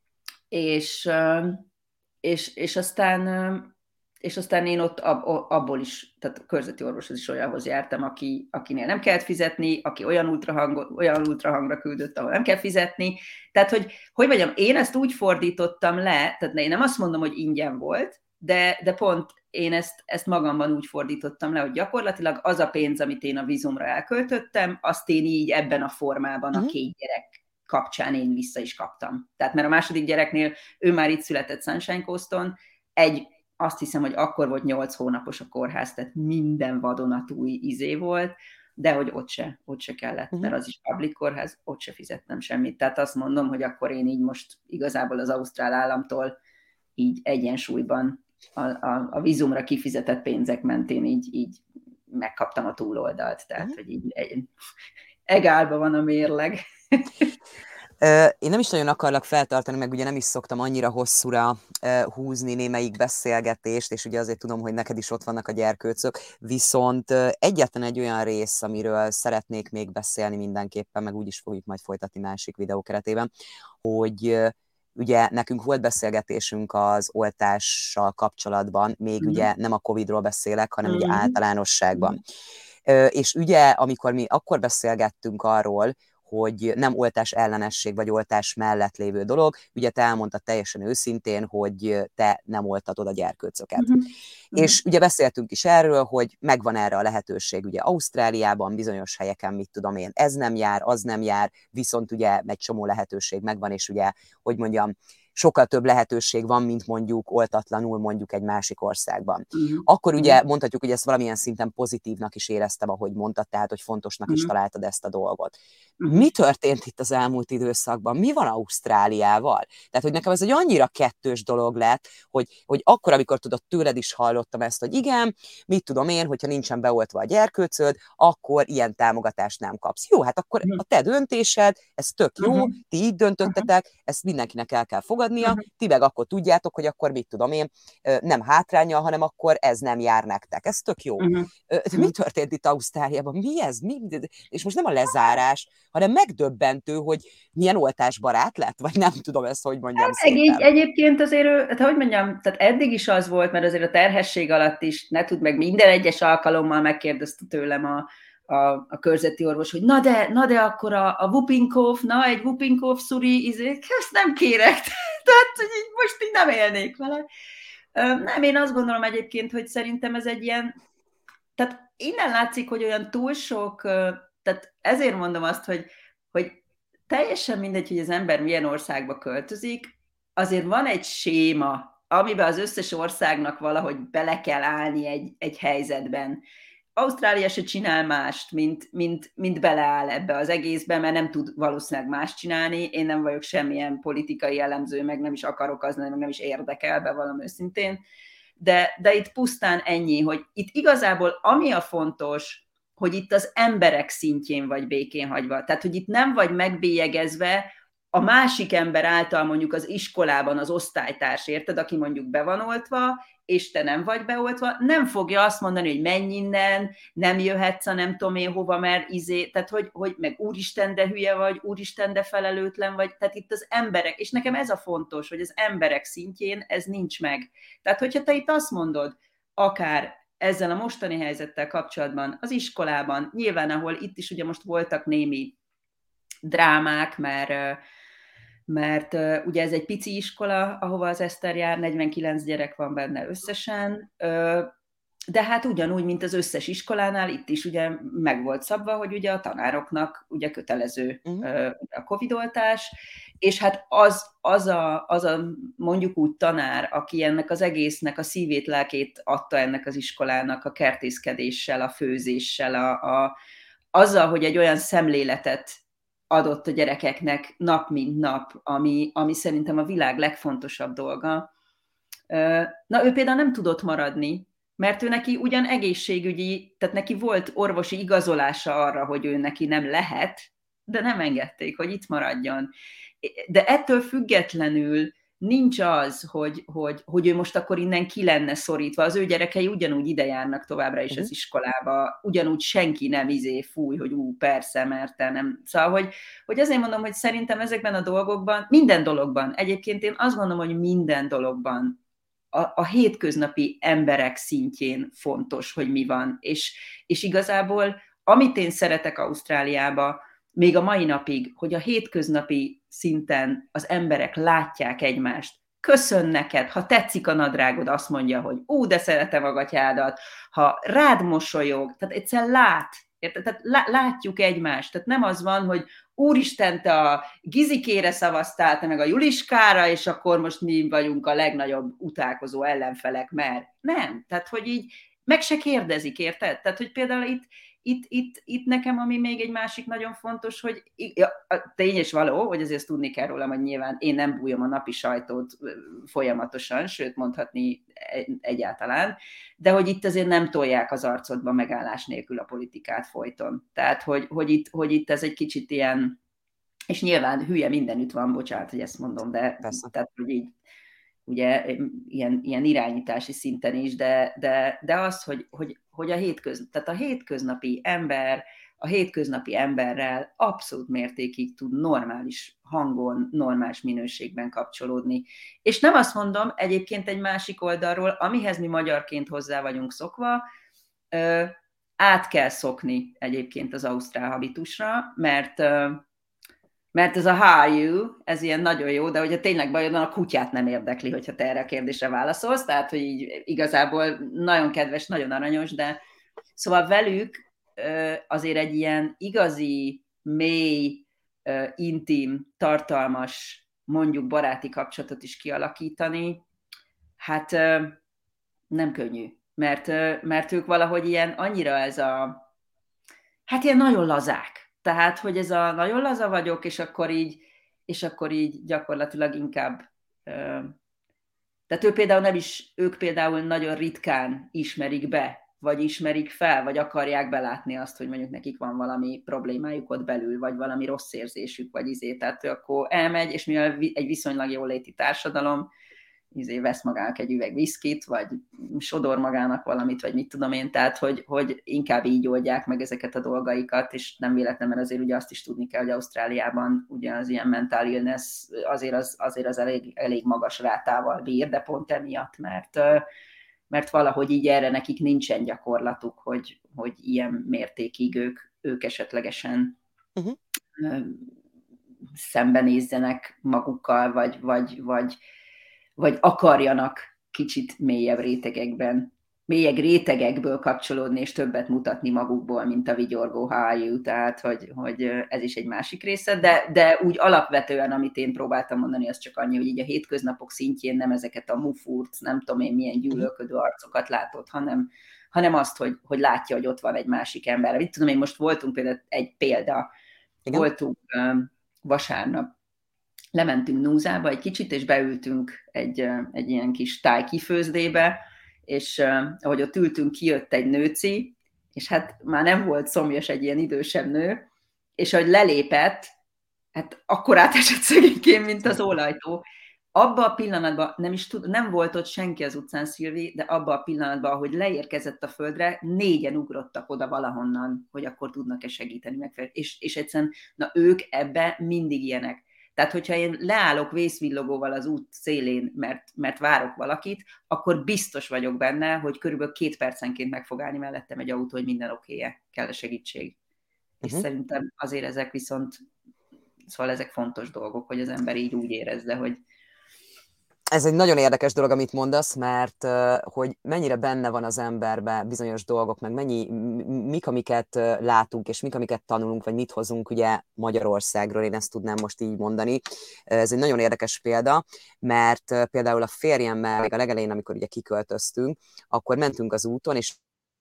És, uh, és, és aztán uh, és aztán én ott ab, abból is, tehát a körzeti orvoshoz is olyanhoz jártam, aki, akinél nem kellett fizetni, aki olyan, ultrahang, olyan ultrahangra küldött, ahol nem kell fizetni. Tehát, hogy, hogy mondjam, én ezt úgy fordítottam le, tehát én nem azt mondom, hogy ingyen volt, de, de pont én ezt, ezt magamban úgy fordítottam le, hogy gyakorlatilag az a pénz, amit én a vízumra elköltöttem, azt én így ebben a formában uh-huh. a két gyerek kapcsán én vissza is kaptam. Tehát mert a második gyereknél ő már itt született Sunshine Coaston, egy azt hiszem, hogy akkor volt nyolc hónapos a kórház, tehát minden vadonatúj izé volt, de hogy ott se, ott se kellett, uh-huh. mert az is public kórház, ott se fizettem semmit. Tehát azt mondom, hogy akkor én így most igazából az ausztrál államtól így egyensúlyban a, a, a vízumra kifizetett pénzek mentén így, így megkaptam a túloldalt. Tehát, uh-huh. hogy így egy, egálba van a mérleg. Én nem is nagyon akarlak feltartani, meg ugye nem is szoktam annyira hosszúra húzni némelyik beszélgetést, és ugye azért tudom, hogy neked is ott vannak a gyerkőcök, viszont egyetlen egy olyan rész, amiről szeretnék még beszélni mindenképpen, meg úgy is fogjuk majd folytatni másik videó keretében, hogy ugye nekünk volt beszélgetésünk az oltással kapcsolatban, még mm. ugye nem a Covidról beszélek, hanem mm. ugye általánosságban. Mm. És ugye, amikor mi akkor beszélgettünk arról, hogy nem oltás ellenesség vagy oltás mellett lévő dolog. Ugye te elmondtad teljesen őszintén, hogy te nem oltatod a gyerkőcöket. Uh-huh. És uh-huh. ugye beszéltünk is erről, hogy megvan erre a lehetőség. Ugye Ausztráliában bizonyos helyeken, mit tudom én, ez nem jár, az nem jár, viszont ugye egy csomó lehetőség megvan, és ugye, hogy mondjam, sokkal több lehetőség van, mint mondjuk oltatlanul mondjuk egy másik országban. Uh-huh. Akkor ugye uh-huh. mondhatjuk, hogy ezt valamilyen szinten pozitívnak is éreztem, ahogy mondtad, tehát, hogy fontosnak uh-huh. is találtad ezt a dolgot. Uh-huh. Mi történt itt az elmúlt időszakban? Mi van Ausztráliával? Tehát, hogy nekem ez egy annyira kettős dolog lett, hogy, hogy akkor, amikor tudod, tőled is hallottam ezt, hogy igen, mit tudom én, hogyha nincsen beoltva a gyerkőcöd, akkor ilyen támogatást nem kapsz. Jó, hát akkor uh-huh. a te döntésed, ez tök jó, uh-huh. ti így döntöttetek, uh-huh. ezt mindenkinek el kell fogadnia, uh-huh. ti meg akkor tudjátok, hogy akkor mit tudom én, nem hátránya, hanem akkor ez nem jár nektek. Ez tök jó. Uh-huh. Mi történt itt Ausztráliában? Mi ez? Mi? És most nem a lezárás, hanem megdöbbentő, hogy milyen oltásbarát lett, vagy nem tudom ezt, hogy mondjam hát, szépen. Egyébként azért, hát, hogy mondjam, tehát eddig is az volt, mert azért a terhesség alatt is, ne tud meg minden egyes alkalommal megkérdezte tőlem a A, a körzeti orvos, hogy na de, na de akkor a, a whooping cough, na egy whooping cough szuri, izé, ezt nem kérek, tehát hogy így most így nem élnék vele. Nem, én azt gondolom egyébként, hogy szerintem ez egy ilyen, tehát innen látszik, hogy olyan túl sok, tehát ezért mondom azt, hogy, hogy teljesen mindegy, hogy az ember milyen országba költözik, azért van egy séma, amiben az összes országnak valahogy bele kell állni egy, egy helyzetben. Ausztrália se csinál mást, mint, mint, mint beleáll ebbe az egészbe, mert nem tud valószínűleg mást csinálni. Én nem vagyok semmilyen politikai elemző, meg nem is akarok az, meg nem is érdekel, bevallom őszintén. De, de itt pusztán ennyi, hogy itt igazából ami a fontos, hogy itt az emberek szintjén vagy békén hagyva. Tehát, hogy itt nem vagy megbélyegezve a másik ember által mondjuk az iskolában az osztálytárs, érted, aki mondjuk be van oltva, és te nem vagy beoltva, nem fogja azt mondani, hogy menj innen, nem jöhetsz a nem tudom én hova, mert izé, tehát hogy, hogy meg úristen, de hülye vagy, úristen, de felelőtlen vagy, tehát itt az emberek, és nekem ez a fontos, hogy az emberek szintjén ez nincs meg. Tehát hogyha te itt azt mondod, akár ezzel a mostani helyzettel kapcsolatban, az iskolában, nyilván ahol itt is ugye most voltak némi drámák, mert mert uh, ugye ez egy pici iskola, ahova az Eszter jár, negyvenkilenc gyerek van benne összesen, uh, de hát ugyanúgy, mint az összes iskolánál, itt is ugye meg volt szabva, hogy ugye a tanároknak ugye kötelező uh, a covidoltás, és hát az, az, a, az a mondjuk úgy tanár, aki ennek az egésznek a szívét, lelkét adta ennek az iskolának a kertészkedéssel, a főzéssel, a, a, azzal, hogy egy olyan szemléletet adott a gyerekeknek nap mint nap, ami, ami szerintem a világ legfontosabb dolga. Na, ő például nem tudott maradni, mert ő neki ugyan egészségügyi, tehát neki volt orvosi igazolása arra, hogy ő neki nem lehet, de nem engedték, hogy itt maradjon. De ettől függetlenül nincs az, hogy, hogy, hogy ő most akkor innen ki lenne szorítva. Az ő gyerekei ugyanúgy ide járnak továbbra is uh-huh. az iskolába, ugyanúgy senki nem izé fúj, hogy ú, persze, mert te nem. Szóval, hogy, hogy azért mondom, hogy szerintem ezekben a dolgokban, minden dologban, egyébként én azt gondolom, hogy minden dologban a, a hétköznapi emberek szintjén fontos, hogy mi van. És, és igazából, amit én szeretek Ausztráliába, még a mai napig, hogy a hétköznapi szinten az emberek látják egymást. Köszön neked, ha tetszik a nadrágod, azt mondja, hogy ú, de szeretem a gatyádat, ha rád mosolyog, tehát egyszer lát, érted? Tehát látjuk egymást, tehát nem az van, hogy úristen, te a Gizikére szavaztál, te meg a Juliskára, és akkor most mi vagyunk a legnagyobb utálkozó ellenfelek, mert nem, tehát hogy így meg se kérdezik, érted? Tehát, hogy például itt Itt, itt, itt nekem, ami még egy másik nagyon fontos, hogy ja, tény és való, hogy azért tudni kell rólam, hogy nyilván én nem bújom a napi sajtót folyamatosan, sőt mondhatni egyáltalán, de hogy itt azért nem tolják az arcodba megállás nélkül a politikát folyton. Tehát, hogy, hogy, itt, hogy itt ez egy kicsit ilyen, és nyilván hülye mindenütt van, bocsánat, hogy ezt mondom, de Persze. Tehát, hogy így ugye ilyen, ilyen irányítási szinten is, de, de, de az, hogy, hogy, hogy a, hétköz, tehát a hétköznapi ember, a hétköznapi emberrel abszolút mértékig tud normális hangon, normális minőségben kapcsolódni. És nem azt mondom, egyébként egy másik oldalról, amihez mi magyarként hozzá vagyunk szokva, át kell szokni egyébként az ausztrál habitusra, mert Mert ez a how are you, ez ilyen nagyon jó, de hogyha tényleg bajod van, a kutyát nem érdekli, hogyha te erre a kérdésre válaszolsz, tehát, hogy így igazából nagyon kedves, nagyon aranyos, de szóval velük azért egy ilyen igazi, mély, intim, tartalmas, mondjuk baráti kapcsolatot is kialakítani, hát nem könnyű, mert, mert ők valahogy ilyen annyira ez a, hát ilyen nagyon lazák. Tehát, hogy ez a nagyon laza vagyok, és akkor így, és akkor így gyakorlatilag inkább, tehát ő például nem is, ők például nagyon ritkán ismerik be, vagy ismerik fel, vagy akarják belátni azt, hogy mondjuk nekik van valami problémájuk ott belül, vagy valami rossz érzésük, vagy izé, tehát ő akkor elmegy, és mivel egy viszonylag jóléti társadalom, izé vesz magának egy üveg viszkit, vagy sodor magának valamit, vagy mit tudom én, tehát hogy, hogy inkább így oldják meg ezeket a dolgaikat, és nem véletlen, mert azért ugye azt is tudni kell, hogy Ausztráliában ugye az ilyen mental illness azért az, azért az elég, elég magas rátával bír, de pont emiatt, mert, mert valahogy így erre nekik nincsen gyakorlatuk, hogy, hogy ilyen mértékig ők, ők esetlegesen uh-huh. szembenézzenek magukkal, vagy, vagy, vagy vagy akarjanak kicsit mélyebb rétegekben, mélyebb rétegekből kapcsolódni, és többet mutatni magukból, mint a vigyorgó hájú, tehát hogy, hogy ez is egy másik része, de, de úgy alapvetően, amit én próbáltam mondani, az csak annyi, hogy így a hétköznapok szintjén nem ezeket a mufurt, nem tudom én milyen gyűlölködő arcokat látod, hanem, hanem azt, hogy, hogy látja, hogy ott van egy másik ember. Mit tudom én, most voltunk például egy példa, igen? Voltunk um, vasárnap, lementünk Núzába egy kicsit, és beültünk egy, egy ilyen kis tájkifőzdébe, és uh, ahogy ott ültünk, kijött egy nőci, és hát már nem volt szomjas egy ilyen idősebb nő, és ahogy lelépett, hát akkor átesett szegényként, mint az ólajtó. Abba a pillanatban, nem is tud, nem volt ott senki az utcán, Szilvi, de abba a pillanatban, ahogy leérkezett a földre, négyen ugrottak oda valahonnan, hogy akkor tudnak-e segíteni megfelelően. És, és egyszerűen, na ők ebbe mindig ilyenek. Tehát, hogyha én leállok vészvillogóval az út szélén, mert, mert várok valakit, akkor biztos vagyok benne, hogy körülbelül két percenként meg fog állni mellettem egy autó, hogy minden oké-e, kell a segítség. Uh-huh. És szerintem azért ezek viszont, szóval ezek fontos dolgok, hogy az ember így úgy érezze, hogy ez egy nagyon érdekes dolog, amit mondasz, mert hogy mennyire benne van az emberben bizonyos dolgok, meg mennyi, mik, amiket látunk, és mik, amiket tanulunk, vagy mit hozunk ugye Magyarországról, én ezt tudnám most így mondani. Ez egy nagyon érdekes példa, mert például a férjemmel, még a legelején, amikor ugye kiköltöztünk, akkor mentünk az úton, és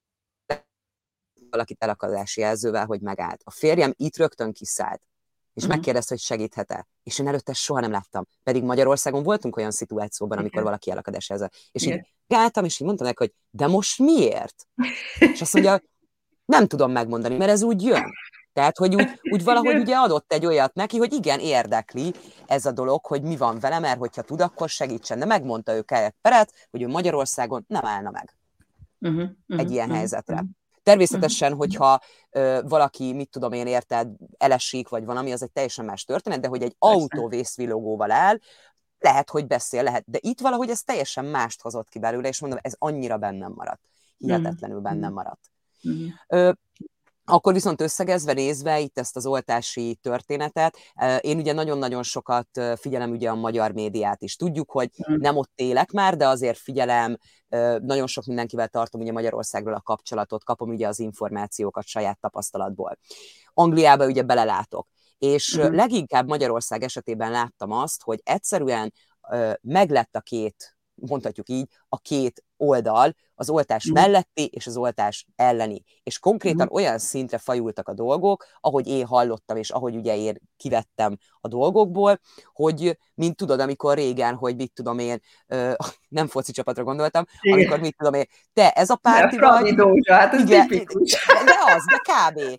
valakit elakadási jelzővel, hogy megállt. A férjem itt rögtön kiszállt, és uh-huh. megkérdezte, hogy segíthet-e. És én előtte soha nem láttam. Pedig Magyarországon voltunk olyan szituációban, amikor okay. valaki elakadás ezzel. És okay. így gáltam, és így mondtam neki, hogy de most miért? És azt mondja, nem tudom megmondani, mert ez úgy jön. Tehát, hogy úgy, úgy valahogy ugye adott egy olyat neki, hogy igen, érdekli ez a dolog, hogy mi van vele, mert hogyha tud, akkor segítsen. De megmondta ő kellett peret, hogy ő Magyarországon nem állna meg uh-huh. Uh-huh. egy ilyen uh-huh. helyzetre. Uh-huh. Természetesen, hogyha ö, valaki, mit tudom én, érted, elesik, vagy valami, az egy teljesen más történet, de hogy egy autó vészvilogóval áll, lehet, hogy beszél, lehet. De itt valahogy ez teljesen mást hozott ki belőle, és mondom, ez annyira bennem maradt. Hihetetlenül bennem maradt. Ö, Akkor viszont összegezve, nézve itt ezt az oltási történetet, én ugye nagyon-nagyon sokat figyelem ugye a magyar médiát is. Tudjuk, hogy nem ott élek már, de azért figyelem, nagyon sok mindenkivel tartom ugye Magyarországról a kapcsolatot, kapom ugye az információkat saját tapasztalatból. Angliába ugye belelátok. És uh-huh. leginkább Magyarország esetében láttam azt, hogy egyszerűen meglett a két, mondhatjuk így, a két oldal, az oltás uh-huh. melletti és az oltás elleni. És konkrétan uh-huh. olyan szintre fajultak a dolgok, ahogy én hallottam, és ahogy ugye én kivettem a dolgokból, hogy mint tudod, amikor régen, hogy mit tudom én, nem foci csapatra gondoltam, igen. amikor mit tudom én, te ez a párti vagy... Dózsa, hát ez igen, tipikus. De az, de kb.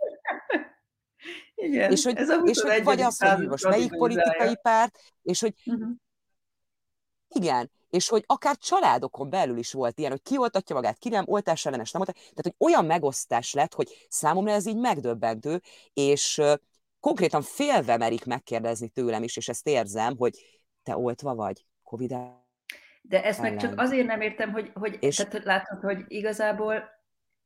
Igen, és hogy, és hogy vagy az, hogy most melyik politikai párt, és hogy uh-huh. igen, és hogy akár családokon belül is volt ilyen, hogy ki oltatja magát, ki nem, oltás ellenes, nem oltás. Tehát, hogy olyan megosztás lett, hogy számomra ez így megdöbbentő, és uh, konkrétan félve merik megkérdezni tőlem is, és ezt érzem, hogy te oltva vagy, Covid De ezt ellen. Meg csak azért nem értem, hogy, hogy és... tehát látod, hogy igazából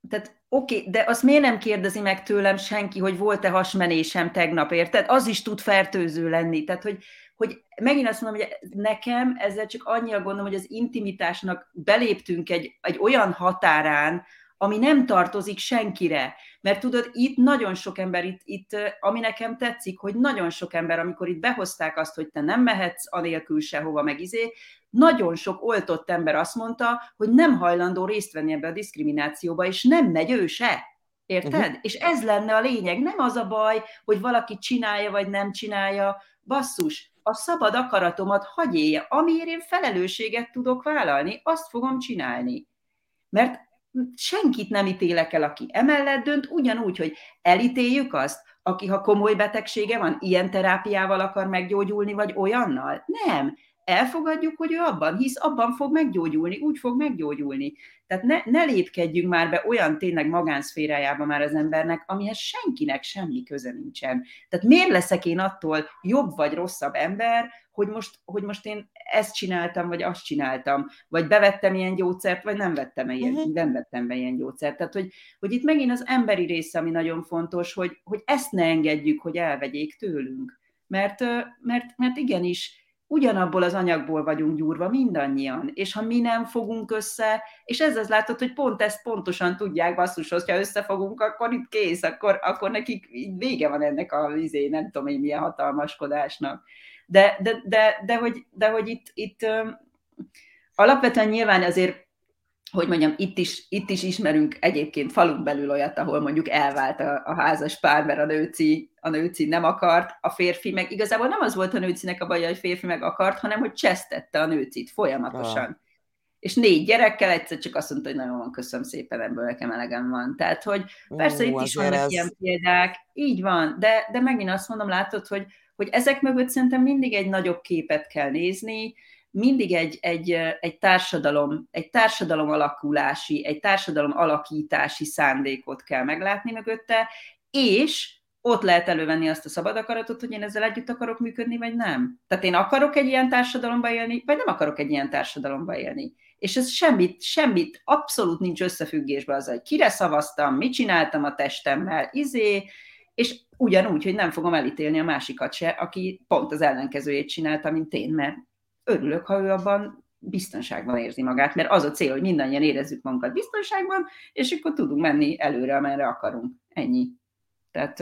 tehát oké, okay, de azt miért nem kérdezi meg tőlem senki, hogy volt-e hasmenésem tegnap, érted? Az is tud fertőző lenni. Tehát, hogy, hogy megint azt mondom, hogy nekem ezzel csak annyi a gondom, hogy az intimitásnak beléptünk egy, egy olyan határán, ami nem tartozik senkire. Mert tudod, itt nagyon sok ember, itt, itt, ami nekem tetszik, hogy nagyon sok ember, amikor itt behozták azt, hogy te nem mehetsz anélkül sehova, meg izé, nagyon sok oltott ember azt mondta, hogy nem hajlandó részt venni ebbe a diszkriminációba, és nem megy ő se. Érted? Uh-huh. És ez lenne a lényeg. Nem az a baj, hogy valaki csinálja, vagy nem csinálja. Basszus, a szabad akaratomat hagyj élje. Amiért én felelősséget tudok vállalni, azt fogom csinálni. Mert senkit nem ítélek el, aki emellett dönt, ugyanúgy, hogy elítéljük azt, aki ha komoly betegsége van, ilyen terápiával akar meggyógyulni, vagy olyannal. Nem. Elfogadjuk, hogy ő abban hisz, abban fog meggyógyulni, úgy fog meggyógyulni. Tehát ne, ne lépkedjünk már be olyan tényleg magánszférájába már az embernek, amihez senkinek semmi köze nincsen. Tehát miért leszek én attól jobb vagy rosszabb ember, hogy most, hogy most én ezt csináltam, vagy azt csináltam, vagy bevettem ilyen gyógyszert, vagy nem vettem, ilyen, uh-huh. nem vettem be ilyen gyógyszert. Tehát, hogy, hogy itt megint az emberi része, ami nagyon fontos, hogy, hogy ezt ne engedjük, hogy elvegyék tőlünk. Mert, mert, mert igenis, ugyanabból az anyagból vagyunk gyúrva mindannyian, és ha mi nem fogunk össze, és ez az látod, hogy pont ezt pontosan tudják, basszus, hogyha összefogunk, akkor itt kész, akkor, akkor nekik vége van ennek a izé, nem tudom én milyen hatalmaskodásnak. De, de, de, de, hogy, de hogy itt, itt um, alapvetően nyilván azért, hogy mondjam, itt is, itt is ismerünk egyébként falun belül olyat, ahol mondjuk elvált a, a házas pár, mert a nőci, a nőci nem akart, a férfi meg igazából nem az volt a nőcinek a baja, hogy férfi meg akart, hanem hogy csesztette a nőcit folyamatosan. Ah. És négy gyerekkel egyszer csak azt mondta, hogy nagyon van, köszönöm szépen, ebből nekem elegem van. Tehát, hogy persze uh, itt is vannak ez... ilyen példák, így van, de, de megint azt mondom, látod, hogy, hogy ezek mögött szerintem mindig egy nagyobb képet kell nézni, mindig egy, egy, egy társadalom, egy társadalom alakulási, egy társadalom alakítási szándékot kell meglátni mögötte, és ott lehet elővenni azt a szabad akaratot, hogy én ezzel együtt akarok működni, vagy nem. Tehát én akarok egy ilyen társadalomba élni, vagy nem akarok egy ilyen társadalomba élni. És ez semmit, semmit, abszolút nincs összefüggésben az, hogy kire szavaztam, mit csináltam a testemmel, izé, és ugyanúgy, hogy nem fogom elítélni a másikat se, aki pont az ellenkezőjét csinálta, mint én, mert örülök, ha ő abban biztonságban érzi magát, mert az a cél, hogy mindannyian érezzük magunkat biztonságban, és akkor tudunk menni előre, amerre akarunk. Ennyi. Tehát,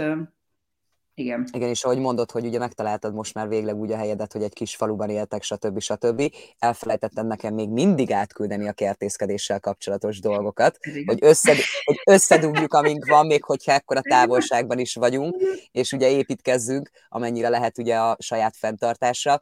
igen. Igen, és ahogy mondod, hogy ugye megtaláltad most már végleg úgy a helyedet, hogy egy kis faluban éltek, stb. stb. Elfelejtettem nekem még mindig átküldeni a kertészkedéssel kapcsolatos dolgokat, hogy, összed, hogy összedugjuk, amink van, még hogyha ekkora távolságban is vagyunk, és ugye építkezzünk, amennyire lehet ugye a saját fenntartásra.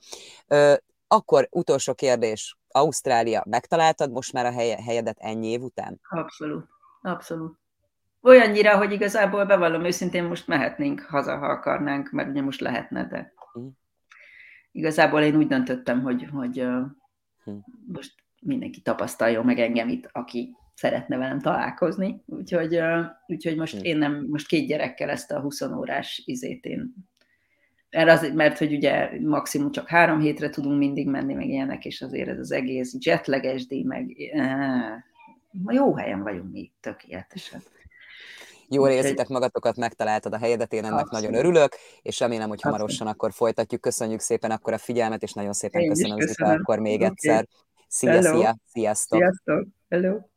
Akkor utolsó kérdés. Ausztrália, megtaláltad most már a helyedet ennyi év után? Abszolút, abszolút. Olyannyira, hogy igazából bevallom őszintén, most mehetnénk haza, ha akarnánk, mert ugye most lehetne, de mm. igazából én úgy döntöttem, hogy, hogy mm. most mindenki tapasztaljon meg engem itt, aki szeretne velem találkozni, úgyhogy, úgyhogy most mm. én nem, most két gyerekkel ezt a húsz órás izét én, mert, az, mert hogy ugye maximum csak három hétre tudunk mindig menni, meg ilyenek, és azért ez az egész jetlagesdi, meg jó helyen vagyunk mi, tökéletesen. Jól érzitek magatokat, megtaláltad a helyedet, én ennek Abszolút. Nagyon örülök, és remélem, hogy hamarosan akkor folytatjuk. Köszönjük szépen akkor a figyelmet, és nagyon szépen én köszönöm, köszönöm. Zita, akkor még okay. egyszer. Szia, Hello. szia, sziasztok! Sziasztok! Hello.